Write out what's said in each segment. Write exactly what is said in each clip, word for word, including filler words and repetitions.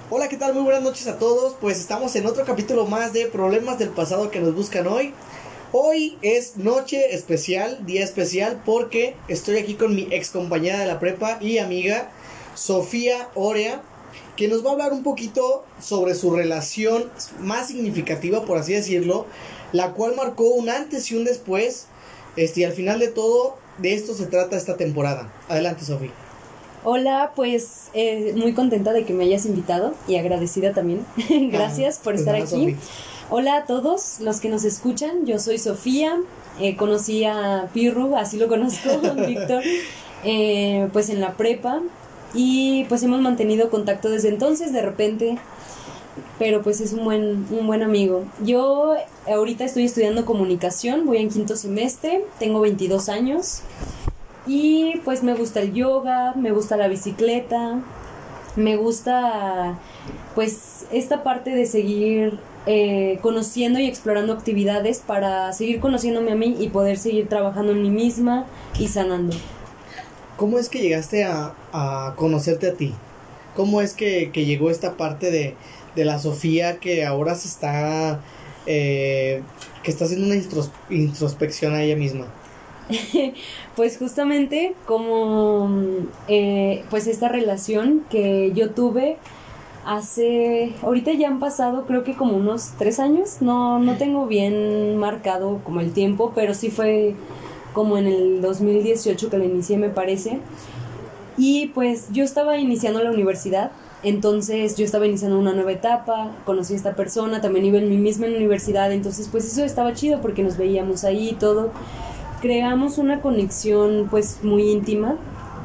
Hola, ¿qué tal? Muy buenas noches a todos. Pues estamos en otro capítulo más de Problemas del Pasado que nos buscan hoy. Hoy es noche especial, día especial, porque estoy aquí con mi ex compañera de la prepa y amiga, Sofía Orea, que nos va a hablar un poquito sobre su relación más significativa, por así decirlo, la cual marcó un antes y un después. Este, y al final de todo, de esto se trata esta temporada. Adelante, Sofía. Hola, pues eh, muy contenta de que me hayas invitado y agradecida también. Gracias Ah, por pues estar nada, aquí. Sofía. Hola a todos los que nos escuchan, yo soy Sofía, eh, conocí a Pirru, así lo conozco, Víctor, eh, pues en la prepa y pues hemos mantenido contacto desde entonces, de repente, pero pues es un buen, un buen amigo. Yo ahorita estoy estudiando comunicación, voy en quinto semestre, tengo veintidós años. Y pues me gusta el yoga, me gusta la bicicleta, me gusta pues esta parte de seguir eh, conociendo y explorando actividades para seguir conociéndome a mí y poder seguir trabajando en mí misma y sanando. ¿Cómo es que llegaste a, a conocerte a ti? ¿Cómo es que, que llegó esta parte de, de la Sofía que ahora se está, eh, que está haciendo una intros- introspección a ella misma? Pues justamente como eh, pues esta relación que yo tuve hace, ahorita ya han pasado creo que como unos tres años, no, no tengo bien marcado como el tiempo, pero sí fue como en el dos mil dieciocho que la inicié, me parece. Y pues yo estaba iniciando la universidad, entonces yo estaba iniciando una nueva etapa, conocí a esta persona, también iba en mi misma universidad, entonces pues eso estaba chido porque nos veíamos ahí y todo. Creamos una conexión pues muy íntima,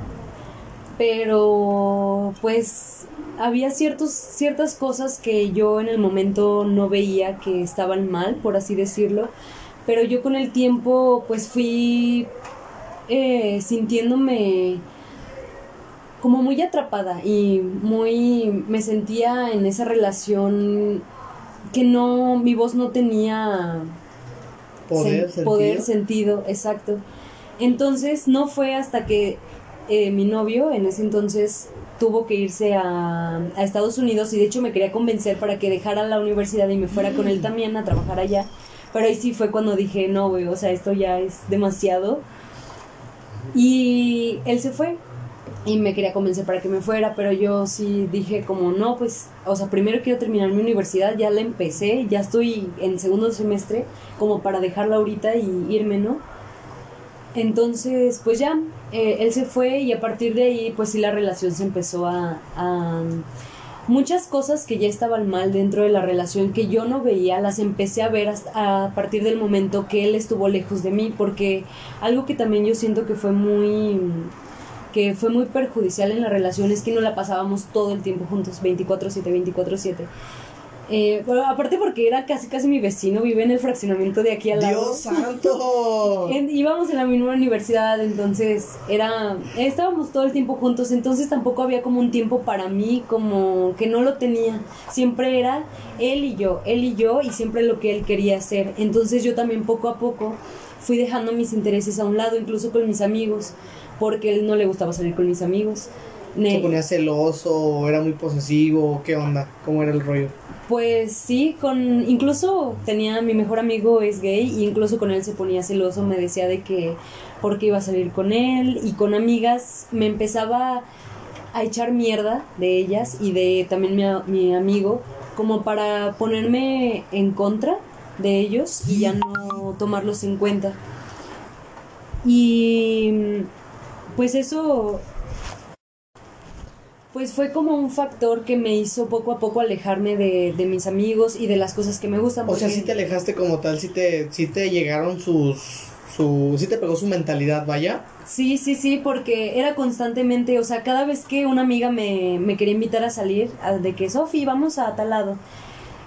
pero pues había ciertos, ciertas cosas que yo en el momento no veía que estaban mal, por así decirlo, pero yo con el tiempo pues fui eh, sintiéndome como muy atrapada y muy me sentía en esa relación que no, mi voz no tenía sen- ¿Poder, poder, sentido? sentido, exacto. Entonces no fue hasta que eh, mi novio en ese entonces tuvo que irse a, a Estados Unidos y de hecho me quería convencer para que dejara la universidad y me fuera con él también a trabajar allá. Pero ahí sí fue cuando dije, no, güey, o sea, esto ya es demasiado. Y él se fue y me quería convencer para que me fuera, pero yo sí dije como, no, pues, o sea, primero quiero terminar mi universidad, ya la empecé, ya estoy en segundo semestre, como para dejarla ahorita y irme, ¿no? Entonces, pues ya, eh, él se fue y a partir de ahí, pues sí, la relación se empezó a, a... Muchas cosas que ya estaban mal dentro de la relación que yo no veía, las empecé a ver hasta a partir del momento que él estuvo lejos de mí, porque algo que también yo siento que fue muy que fue muy perjudicial en la relación es que no la pasábamos todo el tiempo juntos, veinticuatro siete, veinticuatro siete. Eh, bueno, aparte porque era casi casi mi vecino, vive en el fraccionamiento de aquí al lado. ¡Dios santo! En, íbamos en la misma universidad, entonces era estábamos todo el tiempo juntos, entonces tampoco había como un tiempo para mí, como que no lo tenía. Siempre era él y yo, él y yo y siempre lo que él quería hacer. Entonces yo también poco a poco fui dejando mis intereses a un lado, incluso con mis amigos, porque a él no le gustaba salir con mis amigos. ¿Se Ne- ponía celoso? ¿Era muy posesivo? ¿Qué onda? ¿Cómo era el rollo? Pues sí, con incluso tenía mi mejor amigo es gay y incluso con él se ponía celoso, me decía de que porque iba a salir con él y con amigas me empezaba a echar mierda de ellas y de también mi, mi amigo como para ponerme en contra de ellos y ya no tomarlos en cuenta. Y pues eso pues fue como un factor que me hizo poco a poco alejarme de, de mis amigos y de las cosas que me gustan. O sea, Porque sí te alejaste como tal, sí te, sí te llegaron sus, su, sí te pegó su mentalidad, vaya. sí, sí, sí, porque era constantemente, o sea, cada vez que una amiga me, me quería invitar a salir, a- de que Sofi, vamos a tal lado,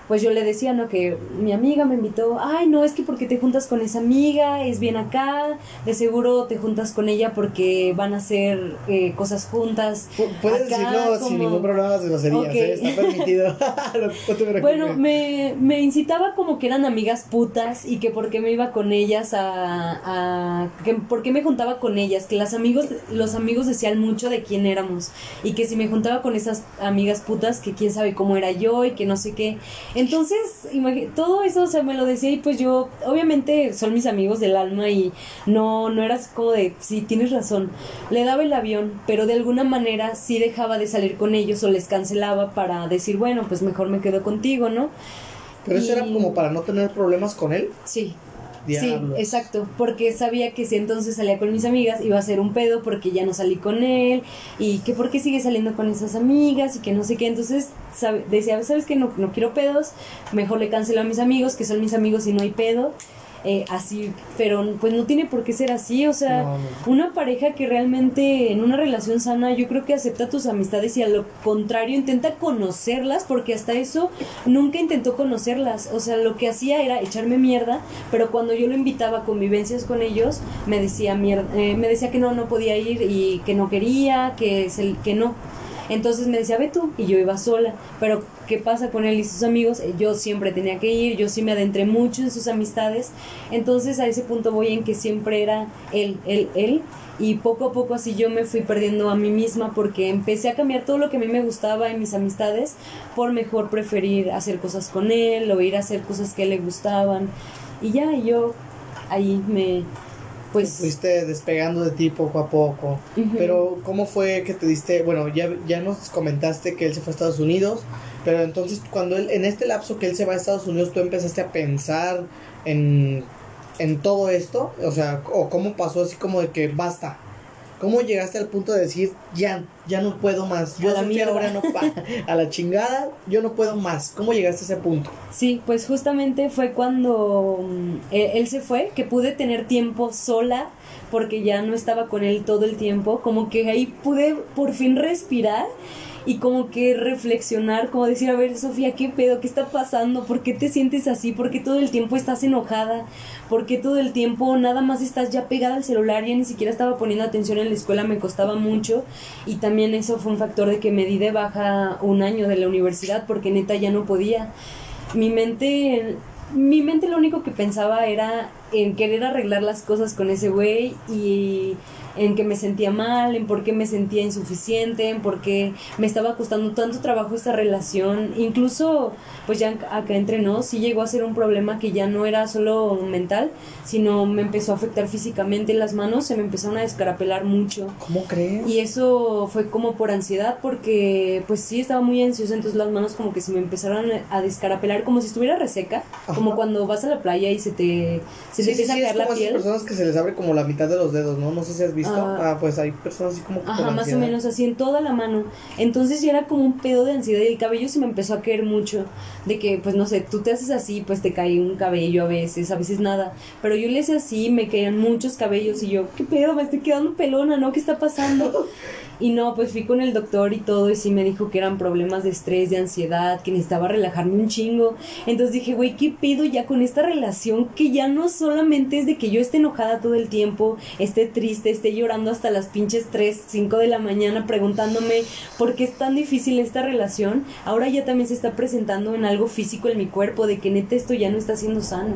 pues yo le decía, ¿no? Que mi amiga me invitó, ay, no, es que porque te juntas con esa amiga, es bien acá, de seguro te juntas con ella porque van a hacer eh, cosas juntas. Puedes acá, decirlo como... sin ningún problema las groserías, okay. ¿eh? Está permitido. no, no te bueno, me, me incitaba como que eran amigas putas y que por qué me iba con ellas a... a que por qué me juntaba con ellas, que las amigos, los amigos decían mucho de quién éramos y que si me juntaba con esas amigas putas, que quién sabe cómo era yo y que no sé qué. Entonces, todo eso, o sea, me lo decía y pues yo, obviamente son mis amigos del alma y no, no era como de, sí, tienes razón, le daba el avión, pero de alguna manera sí dejaba de salir con ellos o les cancelaba para decir, bueno, pues mejor me quedo contigo, ¿no? Pero y... eso era como para no tener problemas con él. Sí. Diablos. Sí, exacto, porque sabía que si entonces salía con mis amigas iba a ser un pedo porque ya no salí con él y que por qué sigue saliendo con esas amigas y que no sé qué, entonces sabe, decía, ¿sabes qué? No, no quiero pedos, mejor le cancelo a mis amigos, que son mis amigos y no hay pedo. Eh, así, pero pues no tiene por qué ser así, o sea, no, no. una pareja que realmente en una relación sana yo creo que acepta tus amistades y a lo contrario intenta conocerlas, porque hasta eso nunca intentó conocerlas, o sea, lo que hacía era echarme mierda, pero cuando yo lo invitaba a convivencias con ellos me decía mierda, eh, me decía que no, no podía ir y que no quería, que, es el, que no. Entonces me decía, ve tú, y yo iba sola. Pero, ¿qué pasa con él y sus amigos? Yo siempre tenía que ir, yo sí me adentré mucho en sus amistades. Entonces, a ese punto voy en que siempre era él, él, él. Y poco a poco así yo me fui perdiendo a mí misma porque empecé a cambiar todo lo que a mí me gustaba en mis amistades por mejor preferir hacer cosas con él o ir a hacer cosas que a él le gustaban. Y ya, y yo ahí me... pues te fuiste despegando de ti poco a poco. Uh-huh. Pero ¿cómo fue que te diste? Bueno, ya, ya nos comentaste que él se fue a Estados Unidos, pero entonces cuando él, en este lapso que él se va a Estados Unidos, ¿tú empezaste a pensar en, en todo esto? O sea, ¿o cómo pasó así como de que basta? ¿Cómo llegaste al punto de decir, ya, ya no puedo más? Yo a Sofía ahora no pa, a la chingada, yo no puedo más. ¿Cómo llegaste a ese punto? Sí, pues justamente fue cuando él, él se fue, que pude tener tiempo sola, porque ya no estaba con él todo el tiempo, como que ahí pude por fin respirar y como que reflexionar, como decir, a ver, Sofía, ¿qué pedo? ¿Qué está pasando? ¿Por qué te sientes así? ¿Por qué todo el tiempo estás enojada? ¿Por qué todo el tiempo nada más estás ya pegada al celular? Ya ni siquiera estaba poniendo atención en la escuela, me costaba mucho. Y también eso fue un factor de que me di de baja un año de la universidad porque neta ya no podía. Mi mente... Mi mente lo único que pensaba era en querer arreglar las cosas con ese güey y en que me sentía mal, en por qué me sentía insuficiente, en por qué me estaba costando tanto trabajo esta relación. Incluso, pues ya acá entre nos, sí llegó a ser un problema que ya no era solo mental, sino me empezó a afectar físicamente. Las manos se me empezaron a descarapelar mucho. ¿Cómo crees? Y eso fue como por ansiedad, porque pues sí estaba muy ansiosa, entonces las manos como que se me empezaron a descarapelar, como si estuviera reseca. Ajá. Como cuando vas a la playa y se te, se sí, te empieza sí, sí, a caer la piel. Sí, es como esas personas que se les abre como la mitad de los dedos, ¿no? No sé si has visto. Ah, ah pues hay personas así como que ajá, más o menos así en toda la mano. Entonces ya era como un pedo de ansiedad y el cabello se me empezó a caer mucho. De que, pues no sé, tú te haces así, pues te cae un cabello a veces, a veces nada. Pero yo le hice así, me caían muchos cabellos y yo, ¿qué pedo? Me estoy quedando pelona, ¿no? ¿Qué está pasando? Y no, pues fui con el doctor y todo y sí me dijo que eran problemas de estrés, de ansiedad, que necesitaba relajarme un chingo. Entonces dije, güey, ¿qué pedo ya con esta relación? Que ya no solamente es de que yo esté enojada todo el tiempo, esté triste, esté llorando hasta las pinches tres, cinco de la mañana preguntándome por qué es tan difícil esta relación. Ahora ya también se está presentando en algo físico en mi cuerpo, de que neta esto ya no está siendo sano.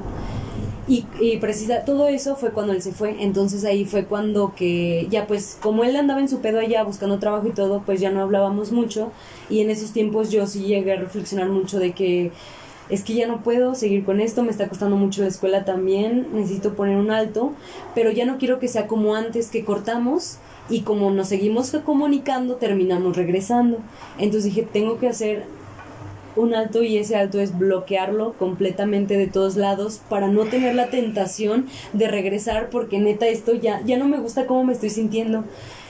Y, y precisa, todo eso fue cuando él se fue. Entonces ahí fue cuando que ya pues como él andaba en su pedo allá buscando trabajo y todo, pues ya no hablábamos mucho. Y en esos tiempos yo sí llegué a reflexionar mucho de que es que ya no puedo seguir con esto, me está costando mucho la escuela también, necesito poner un alto, pero ya no quiero que sea como antes, que cortamos y como nos seguimos comunicando terminamos regresando. Entonces dije, tengo que hacer un alto, y ese alto es bloquearlo completamente de todos lados para no tener la tentación de regresar, porque neta esto ya, ya no me gusta cómo me estoy sintiendo.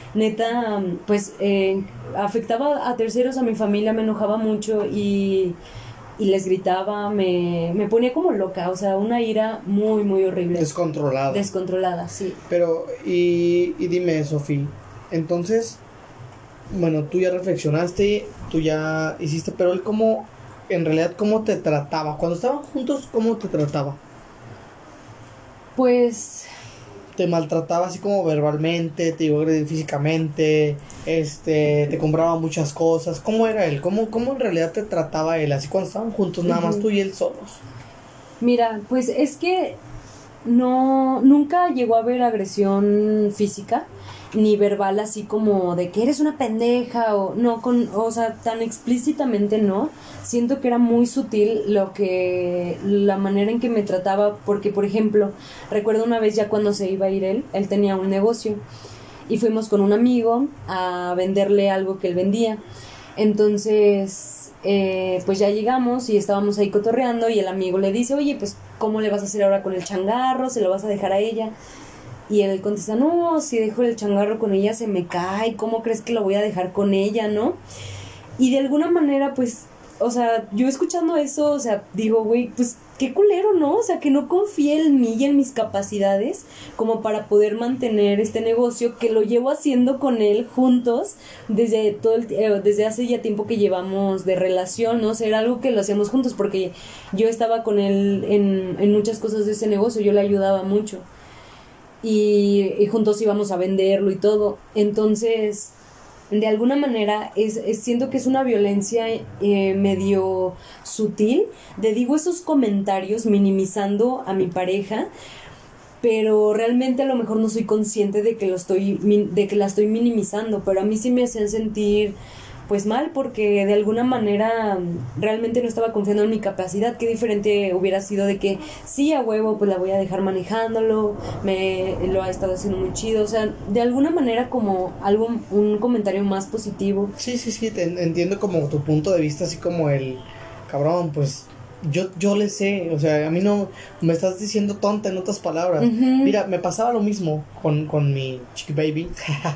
Neta, pues eh, afectaba a terceros, a mi familia, me enojaba mucho y, y les gritaba, me, me ponía como loca, o sea, una ira muy, muy horrible. Descontrolada. Descontrolada, sí. Pero, y, y dime, Sofía, entonces, bueno, tú ya reflexionaste, tú ya hiciste, pero él cómo... en realidad cómo te trataba. Cuando estaban juntos, ¿cómo te trataba? Pues... Te maltrataba así como verbalmente, te iba a agredir físicamente, este, te compraba muchas cosas. ¿Cómo era él? ¿Cómo, cómo en realidad te trataba él? Así cuando estaban juntos, nada más tú y él solos. Mira, pues es que no, nunca llegó a haber agresión física ni verbal, así como de que eres una pendeja o no, con, o sea, tan explícitamente no. Siento que era muy sutil lo que, la manera en que me trataba, porque por ejemplo, recuerdo una vez ya cuando se iba a ir él, él tenía un negocio y fuimos con un amigo a venderle algo que él vendía. Entonces, eh, pues ya llegamos y estábamos ahí cotorreando y el amigo le dice, oye, pues, ¿cómo le vas a hacer ahora con el changarro? ¿Se lo vas a dejar a ella? Y él contesta, no, si dejo el changarro con ella se me cae, ¿cómo crees que lo voy a dejar con ella, no? Y de alguna manera, pues, o sea, yo escuchando eso, o sea, digo, güey, pues, qué culero, ¿no? O sea, que no confíe en mí y en mis capacidades como para poder mantener este negocio que lo llevo haciendo con él juntos desde todo el, eh, desde hace ya tiempo que llevamos de relación, ¿no? O sea, era algo que lo hacíamos juntos porque yo estaba con él en, en muchas cosas de ese negocio, yo le ayudaba mucho. Y, y juntos íbamos a venderlo y todo. Entonces, de alguna manera, es, es siento que es una violencia eh, medio sutil, de digo esos comentarios minimizando a mi pareja, pero realmente a lo mejor no soy consciente de que lo estoy, de que la estoy minimizando, pero a mí sí me hacían sentir pues mal, porque de alguna manera realmente no estaba confiando en mi capacidad. Qué diferente hubiera sido de que sí, a huevo, pues la voy a dejar manejándolo, me lo ha estado haciendo muy chido, o sea, de alguna manera como algo, un comentario más positivo. Sí, sí, sí, te entiendo como tu punto de vista, así como el, cabrón, pues yo, yo le sé, o sea, a mí no, me estás diciendo tonta en otras palabras. Uh-huh. Mira, me pasaba lo mismo con, con mi chiqui baby.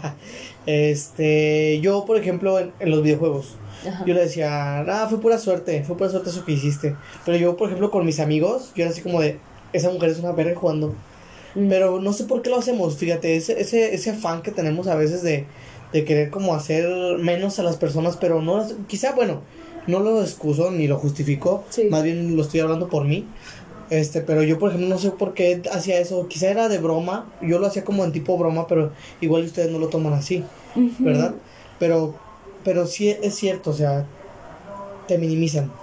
Este, yo por ejemplo en, en los videojuegos, ajá, yo le decía, ah, fue pura suerte, fue pura suerte eso que hiciste. Pero yo por ejemplo con mis amigos, yo era así como de, esa mujer es una verga jugando. Mm. Pero no sé por qué lo hacemos, fíjate, ese, ese, ese afán que tenemos a veces de, de querer como hacer menos a las personas, pero no las, quizá, bueno, no lo excuso ni lo justifico, sí, más bien lo estoy hablando por mí. Este, pero yo por ejemplo no sé por qué hacía eso, quizá era de broma, yo lo hacía como en tipo broma, pero igual ustedes no lo toman así, uh-huh, ¿verdad? Pero, pero sí es cierto, o sea, te minimizan,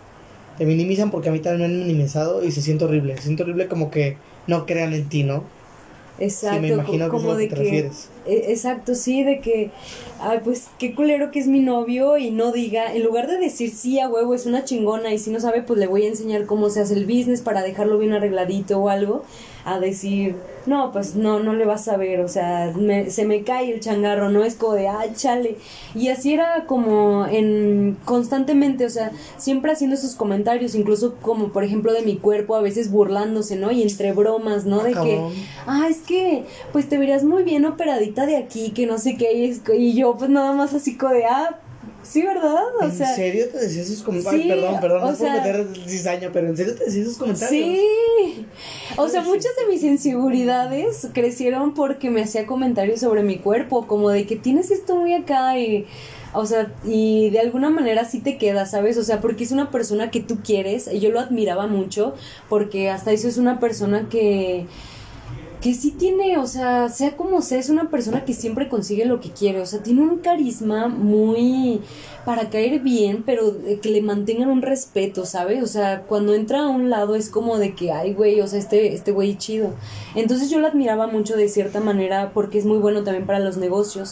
te minimizan porque a mí también me han minimizado y se siente horrible, se siente horrible como que no crean en ti, ¿no? Exacto, sí, me imagino como, como que es a lo que te que, refieres. Exacto, sí, de que, ay, pues qué culero que es mi novio y no diga, en lugar de decir sí a huevo es una chingona y si no sabe pues le voy a enseñar cómo se hace el business para dejarlo bien arregladito o algo, a decir, no, pues no, no le vas a ver, o sea, me, se me cae el changarro, no es como de, ah, chale, y así era como en, constantemente, o sea, siempre haciendo esos comentarios, incluso como por ejemplo de mi cuerpo, a veces burlándose, ¿no? Y entre bromas, ¿no? De que, ah, es que, pues te verías muy bien operadita de aquí, que no sé qué, y, y yo pues nada más así como de, ah, sí, ¿verdad? O ¿En sea, serio te decías esos comentarios? Sí, Ay, perdón, perdón, no es por sea, meter cizaña, pero ¿en serio te decías esos comentarios? Sí, o sea, muchas de mis inseguridades crecieron porque me hacía comentarios sobre mi cuerpo, como de que tienes esto muy acá y... O sea, y de alguna manera sí te queda, ¿sabes? O sea, porque es una persona que tú quieres, y yo lo admiraba mucho, porque hasta eso es una persona que... que sí tiene, o sea, sea como sea, es una persona que siempre consigue lo que quiere, o sea, tiene un carisma muy para caer bien, pero que le mantengan un respeto, ¿sabes? O sea, cuando entra a un lado es como de que, ay, güey, o sea, este este güey chido. Entonces yo lo admiraba mucho de cierta manera porque es muy bueno también para los negocios,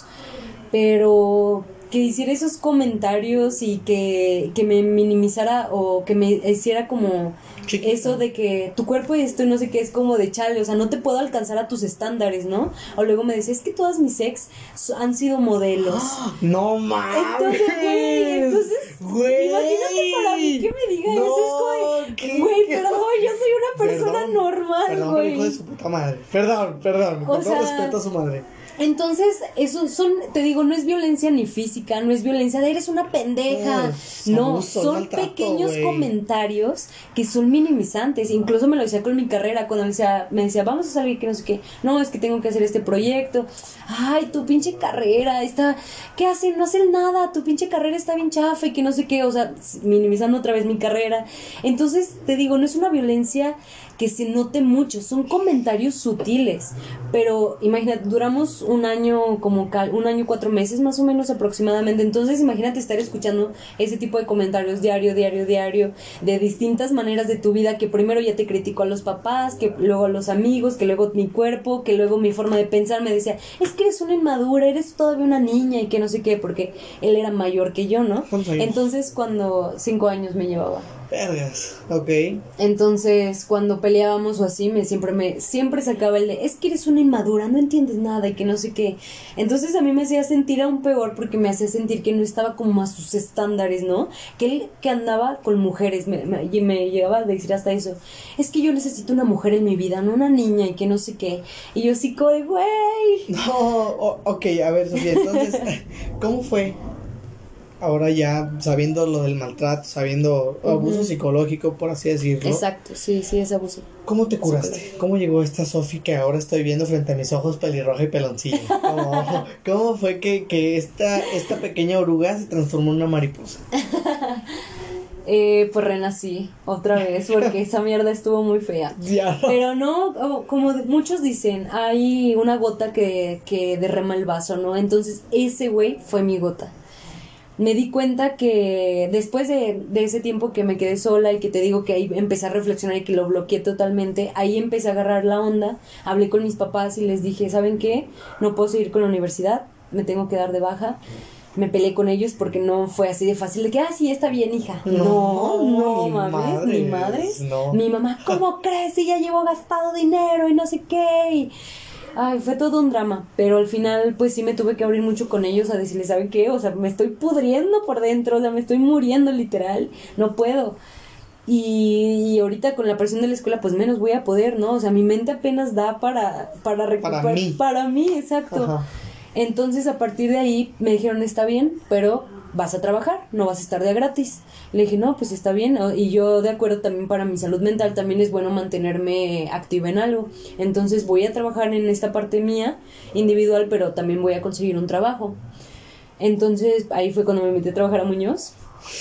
pero que hiciera esos comentarios y que, que me minimizara o que me hiciera como chiquita, eso de que tu cuerpo y esto y no sé qué, es como de chale, o sea, no te puedo alcanzar a tus estándares, ¿no? O luego me decía, es que todas mis ex han sido modelos. ¡No mames! Entonces, güey, entonces, güey, imagínate para mí que me diga no, eso, es como, güey, perdón, yo soy una persona perdón. normal. Perdón, güey. hijo de su puta madre. Perdón, perdón. O Con todo sea, respeto a su madre. Entonces, eso son, te digo, no es violencia ni física, no es violencia de eres una pendeja. Es no, abuso, es son maltrato, pequeños güey. comentarios que son minimizantes. Incluso me lo decía con mi carrera, cuando me decía, me decía, vamos a salir, que no sé qué. No, es que tengo que hacer este proyecto. Ay, tu pinche carrera está, ¿qué hacen? No hacen nada, tu pinche carrera está bien chafa y que no sé qué. O sea, minimizando otra vez mi carrera. Entonces, te digo, no es una violencia que se note mucho, son comentarios sutiles, pero imagínate, duramos un año, como cal, un año, cuatro meses más o menos aproximadamente, entonces imagínate estar escuchando ese tipo de comentarios diario, diario, diario, de distintas maneras de tu vida, que primero ya te critico a los papás, que luego a los amigos, que luego mi cuerpo, que luego mi forma de pensar, me decía, es que eres una inmadura, eres todavía una niña y que no sé qué, porque él era mayor que yo, ¿no? ¿Cuántos años? Entonces cuando, cinco años me llevaba. Vergas, ok. Entonces, cuando peleábamos o así, me siempre me siempre sacaba el de, es que eres una inmadura, no entiendes nada y que no sé qué. Entonces a mí me hacía sentir aún peor porque me hacía sentir que no estaba como a sus estándares, ¿no? Que él que andaba con mujeres, me, me, y me llegaba a decir hasta eso. Es que yo necesito una mujer en mi vida, no una niña y que no sé qué. Y yo así como de, güey. No, oh, ok, a ver, Sofía, entonces, ¿cómo fue? Ahora ya sabiendo lo del maltrato, sabiendo uh-huh. abuso psicológico, por así decirlo. Exacto, sí, sí, es abuso. ¿Cómo te curaste? ¿Cómo llegó esta Sofi que ahora estoy viendo frente a mis ojos pelirroja y peloncilla? ¿Cómo, cómo fue que, que esta, esta pequeña oruga se transformó en una mariposa? Eh, pues renací otra vez porque esa mierda estuvo muy fea. Ya. Pero no, como muchos dicen, hay una gota que, que derrama el vaso, ¿no? Entonces ese güey fue mi gota. Me di cuenta que después de, de ese tiempo que me quedé sola y que te digo que ahí empecé a reflexionar y que lo bloqueé totalmente, ahí empecé a agarrar la onda, hablé con mis papás y les dije, ¿saben qué? No puedo seguir con la universidad, me tengo que dar de baja. Me peleé con ellos porque no fue así de fácil de que, ah, sí, está bien, hija. No, no, no ni mames, madres, ni madres. No. Mi mamá, ¿cómo crees? Si ya llevo gastado dinero y no sé qué. Y, ay, fue todo un drama. Pero al final, pues sí me tuve que abrir mucho con ellos a decirles, ¿saben qué? O sea, me estoy pudriendo por dentro, o sea, me estoy muriendo literal. No puedo. Y, y ahorita con la presión de la escuela, pues menos voy a poder, ¿no? O sea, mi mente apenas da para, para recuperar. Para mí. Para mí, exacto. Ajá. Entonces a partir de ahí me dijeron, está bien, pero vas a trabajar, no vas a estar de a gratis. Le dije, no, pues está bien. Y yo de acuerdo también para mi salud mental, también es bueno mantenerme activa en algo. Entonces voy a trabajar en esta parte mía, individual, pero también voy a conseguir un trabajo. Entonces ahí fue cuando me metí a trabajar a Muñoz.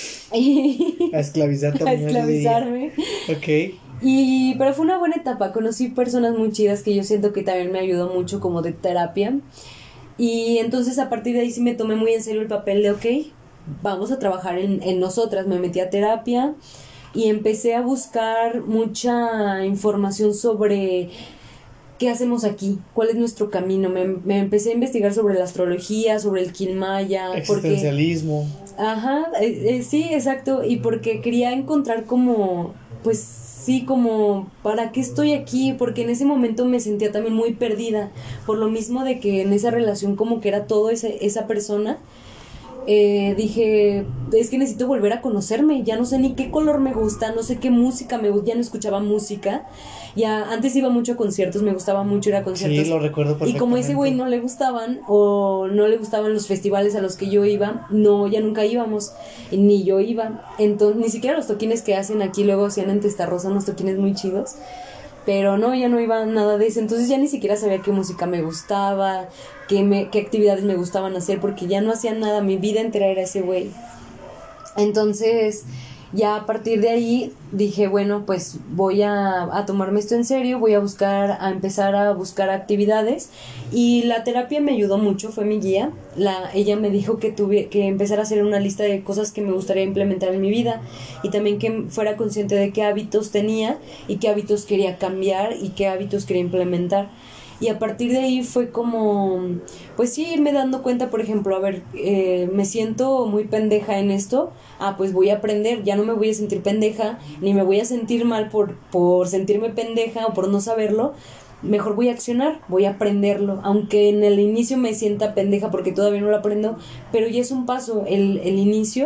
A esclavizarte a A Muñoz, esclavizarme. Ok. Y, pero fue una buena etapa, conocí personas muy chidas que yo siento que también me ayudó mucho como de terapia. Y entonces a partir de ahí sí me tomé muy en serio el papel de, ok, vamos a trabajar en, en nosotras. Me metí a terapia y empecé a buscar mucha información sobre qué hacemos aquí, cuál es nuestro camino. Me, me empecé a investigar sobre la astrología, sobre el Kin Maya. Existencialismo. Porque, ajá, eh, eh, sí, exacto. Y porque quería encontrar como, pues... Sí, como, ¿para qué estoy aquí? Porque en ese momento me sentía también muy perdida, por lo mismo de que en esa relación como que era todo ese, esa persona. Eh, dije, es que necesito volver a conocerme, ya no sé ni qué color me gusta, no sé qué música me gusta, ya no escuchaba música. Ya antes iba mucho a conciertos, me gustaba mucho ir a conciertos. Sí, lo recuerdo perfectamente. Y como ese güey no le gustaban o no le gustaban los festivales a los que yo iba, no, ya nunca íbamos, ni yo iba. Entonces, ni siquiera los toquines que hacen aquí luego hacían en Testarrosa, unos toquines muy chidos. Pero no, ya no iba nada de eso. Entonces ya ni siquiera sabía qué música me gustaba, qué, me, qué actividades me gustaban hacer, porque ya no hacían nada. Mi vida entera era ese güey. Entonces, ya a partir de ahí dije, bueno, pues voy a, a tomarme esto en serio, voy a buscar, a empezar a buscar actividades. Y la terapia me ayudó mucho, fue mi guía. La, ella me dijo que tuve que empezar a hacer una lista de cosas que me gustaría implementar en mi vida y también que fuera consciente de qué hábitos tenía y qué hábitos quería cambiar y qué hábitos quería implementar. Y a partir de ahí fue como, pues sí, irme dando cuenta, por ejemplo, a ver, eh, me siento muy pendeja en esto, ah, pues voy a aprender, ya no me voy a sentir pendeja, ni me voy a sentir mal por, por sentirme pendeja o por no saberlo, mejor voy a accionar, voy a aprenderlo, aunque en el inicio me sienta pendeja porque todavía no lo aprendo, pero ya es un paso, el, el inicio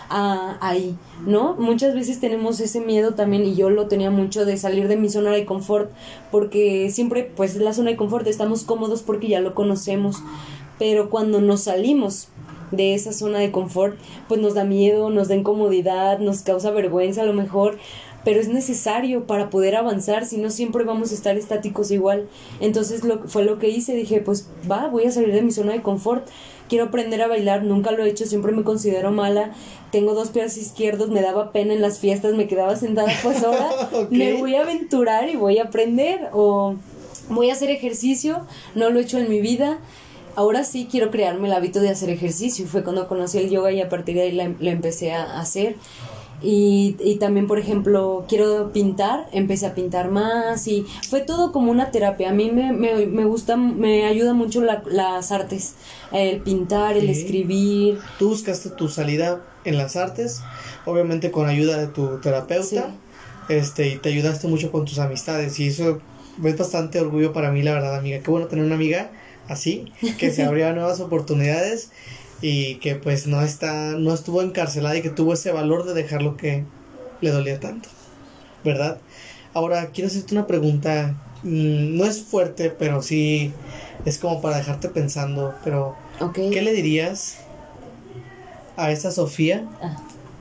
a, ahí, ¿no? Muchas veces tenemos ese miedo también, y yo lo tenía mucho, de salir de mi zona de confort, porque siempre, pues, la zona de confort estamos cómodos porque ya lo conocemos, pero cuando nos salimos de esa zona de confort, pues nos da miedo, nos da incomodidad, nos causa vergüenza a lo mejor, pero es necesario para poder avanzar, si no siempre vamos a estar estáticos igual. Entonces lo, fue lo que hice, dije, pues va, voy a salir de mi zona de confort, quiero aprender a bailar, nunca lo he hecho, siempre me considero mala, tengo dos pies izquierdos, me daba pena en las fiestas, me quedaba sentada, pues ahora okay. me voy a aventurar y voy a aprender, o voy a hacer ejercicio, no lo he hecho en mi vida. Ahora sí quiero crearme el hábito de hacer ejercicio. Fue cuando conocí el yoga y a partir de ahí lo empecé a hacer. Y, y también, por ejemplo, quiero pintar, empecé a pintar más y fue todo como una terapia. A mí me, me, me gusta, me ayuda mucho la, las artes, el pintar, el ¿Sí? escribir. Tú buscaste tu salida en las artes, obviamente con ayuda de tu terapeuta, sí. este, y te ayudaste mucho con tus amistades y eso es bastante orgullo para mí, la verdad, amiga. Qué bueno tener una amiga así, que se abrió a nuevas oportunidades y que pues no está, no estuvo encarcelada y que tuvo ese valor de dejar lo que le dolía tanto, ¿verdad? Ahora quiero hacerte una pregunta, mmm, no es fuerte, pero sí es como para dejarte pensando, pero okay. ¿Qué le dirías a esa Sofía ah.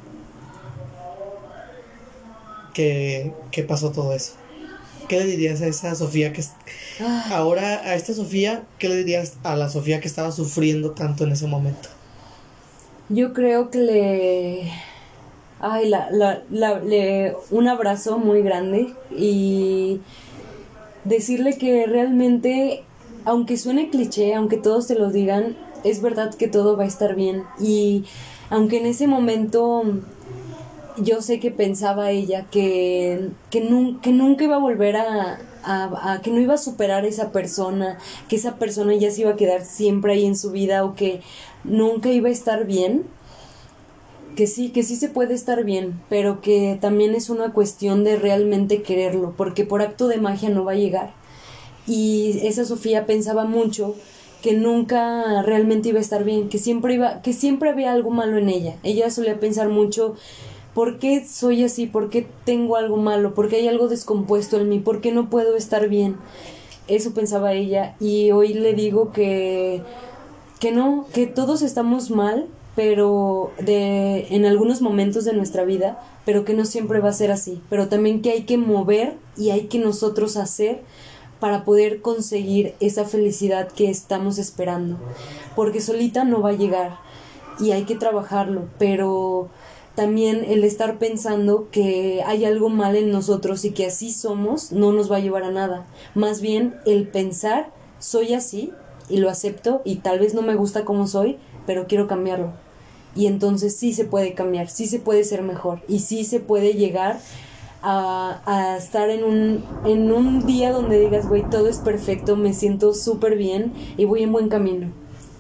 que, que pasó todo eso? ¿Qué le dirías a esa Sofía que Ay. ahora a esta Sofía, qué le dirías a la Sofía que estaba sufriendo tanto en ese momento? Yo creo que le ay la, la, la le un abrazo muy grande y decirle que realmente, aunque suene cliché, aunque todos te lo digan, es verdad que todo va a estar bien. Y aunque en ese momento yo sé que pensaba ella que, que, nun, que nunca iba a volver a, a, a, que no iba a superar a esa persona, que esa persona ya se iba a quedar siempre ahí en su vida o que nunca iba a estar bien, que sí, que sí se puede estar bien, pero que también es una cuestión de realmente quererlo, porque por acto de magia no va a llegar. Y esa Sofía pensaba mucho que nunca realmente iba a estar bien, que siempre iba, que siempre había algo malo en ella. Ella solía pensar mucho: ¿por qué soy así? ¿Por qué tengo algo malo? ¿Por qué hay algo descompuesto en mí? ¿Por qué no puedo estar bien? Eso pensaba ella. Y hoy le digo que, que no, que todos estamos mal, pero de, en algunos momentos de nuestra vida, pero que no siempre va a ser así. Pero también que hay que mover y hay que nosotros hacer para poder conseguir esa felicidad que estamos esperando. Porque solita no va a llegar y hay que trabajarlo, pero también el estar pensando que hay algo mal en nosotros y que así somos no nos va a llevar a nada. Más bien el pensar: soy así y lo acepto y tal vez no me gusta como soy, pero quiero cambiarlo. Y entonces sí se puede cambiar, sí se puede ser mejor y sí se puede llegar a, a estar en un, en un día donde digas: güey, todo es perfecto, me siento súper bien y voy en buen camino.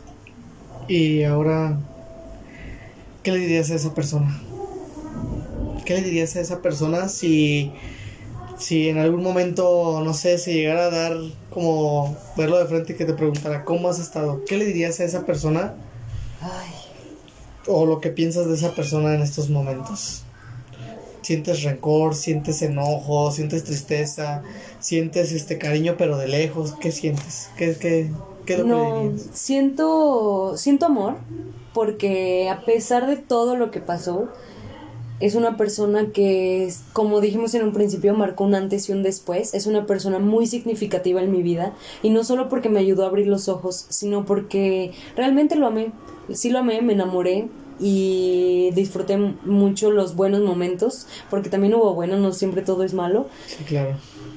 Y ahora, ¿qué le dirías a esa persona? ¿Qué le dirías a esa persona si, si en algún momento, no sé, si llegara a dar como verlo de frente y que te preguntara cómo has estado? ¿Qué le dirías a esa persona? Ay. O lo que piensas de esa persona en estos momentos. ¿Sientes rencor? ¿Sientes enojo? ¿Sientes tristeza? ¿Sientes este cariño pero de lejos? ¿Qué sientes? ¿Qué, qué, qué es lo no, que le dirías? Siento, siento amor, porque a pesar de todo lo que pasó, es una persona que, como dijimos en un principio, marcó un antes y un después. Es una persona muy significativa en mi vida, y no solo porque me ayudó a abrir los ojos, sino porque realmente lo amé. Sí lo amé, me enamoré y disfruté mucho los buenos momentos, porque también hubo buenos, no siempre todo es malo. Sí, claro.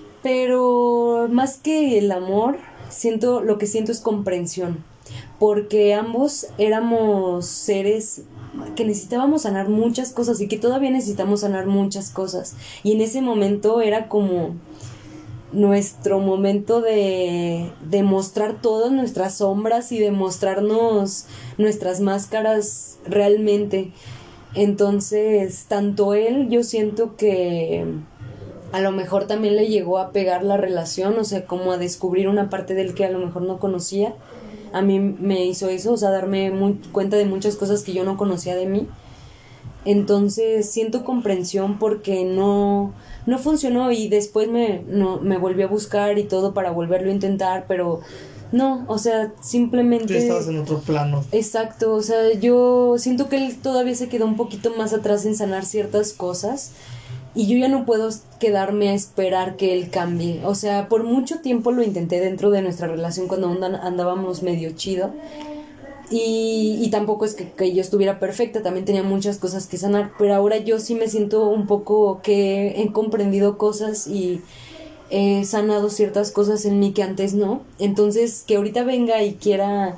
Pero más que el amor, siento, lo que siento es comprensión, porque ambos éramos seres que necesitábamos sanar muchas cosas y que todavía necesitamos sanar muchas cosas, y en ese momento era como nuestro momento de, de mostrar todas nuestras sombras y de mostrarnos nuestras máscaras realmente. Entonces, tanto él, yo siento que a lo mejor también le llegó a pegar la relación, o sea, como a descubrir una parte de él que a lo mejor no conocía. A mí me hizo eso, o sea, darme muy, cuenta de muchas cosas que yo no conocía de mí. Entonces siento comprensión porque no, no funcionó y después me, no, me volví a buscar y todo para volverlo a intentar, pero no, o sea, simplemente... Tú estabas en otro plano. Exacto, o sea, yo siento que él todavía se quedó un poquito más atrás en sanar ciertas cosas y yo ya no puedo quedarme a esperar que él cambie. O sea, por mucho tiempo lo intenté dentro de nuestra relación cuando andábamos medio chido. Y, y tampoco es que, que yo estuviera perfecta, también tenía muchas cosas que sanar, pero ahora yo sí me siento un poco que he comprendido cosas y he sanado ciertas cosas en mí que antes no. Entonces, que ahorita venga y quiera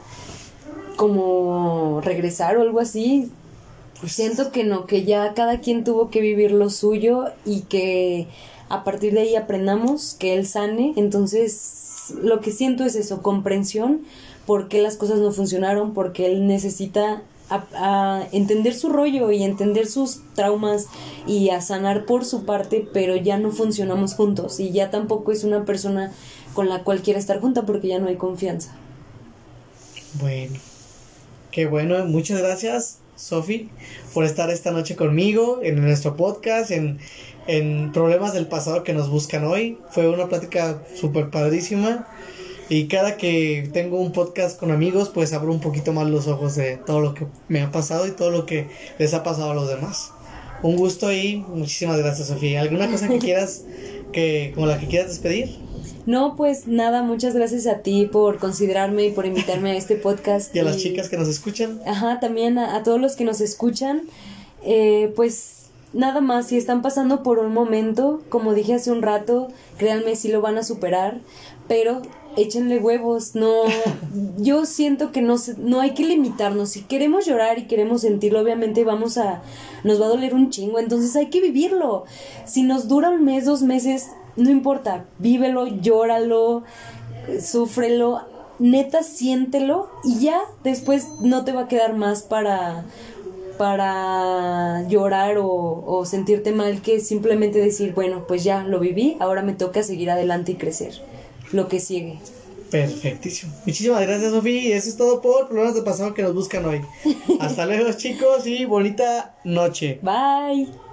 como regresar o algo así, pues siento que no, que ya cada quien tuvo que vivir lo suyo y que a partir de ahí aprendamos, que él sane. Entonces, lo que siento es eso, comprensión, por qué las cosas no funcionaron, porque él necesita a, a entender su rollo y entender sus traumas y a sanar por su parte, pero ya no funcionamos juntos y ya tampoco es una persona con la cual quiera estar junta porque ya no hay confianza. Bueno, qué bueno, muchas gracias, Sofi, por estar esta noche conmigo en nuestro podcast, en, en Problemas del Pasado que nos buscan hoy. Fue una plática súper padrísima. Y cada que tengo un podcast con amigos, pues abro un poquito más los ojos de todo lo que me ha pasado y todo lo que les ha pasado a los demás. Un gusto y muchísimas gracias, Sofía. ¿Alguna cosa que quieras, que como la que quieras despedir? No, pues nada, muchas gracias a ti por considerarme y por invitarme a este podcast. Y a y, las chicas que nos escuchan. Ajá, también a, a todos los que nos escuchan. Eh, pues nada más, si están pasando por un momento, como dije hace un rato, créanme, sí lo van a superar, pero échenle huevos. No, yo siento que no, no hay que limitarnos. Si queremos llorar y queremos sentirlo, obviamente vamos a, nos va a doler un chingo, entonces hay que vivirlo. Si nos dura un mes, dos meses, no importa, vívelo, llóralo, súfrelo, neta siéntelo y ya después no te va a quedar más para para llorar o, o sentirte mal que simplemente decir, bueno, pues ya lo viví, ahora me toca seguir adelante y crecer, lo que sigue. Perfectísimo. Muchísimas gracias, Sofía. Y eso es todo por Problemas del Pasado que nos buscan hoy. Hasta luego, chicos, y bonita noche. Bye.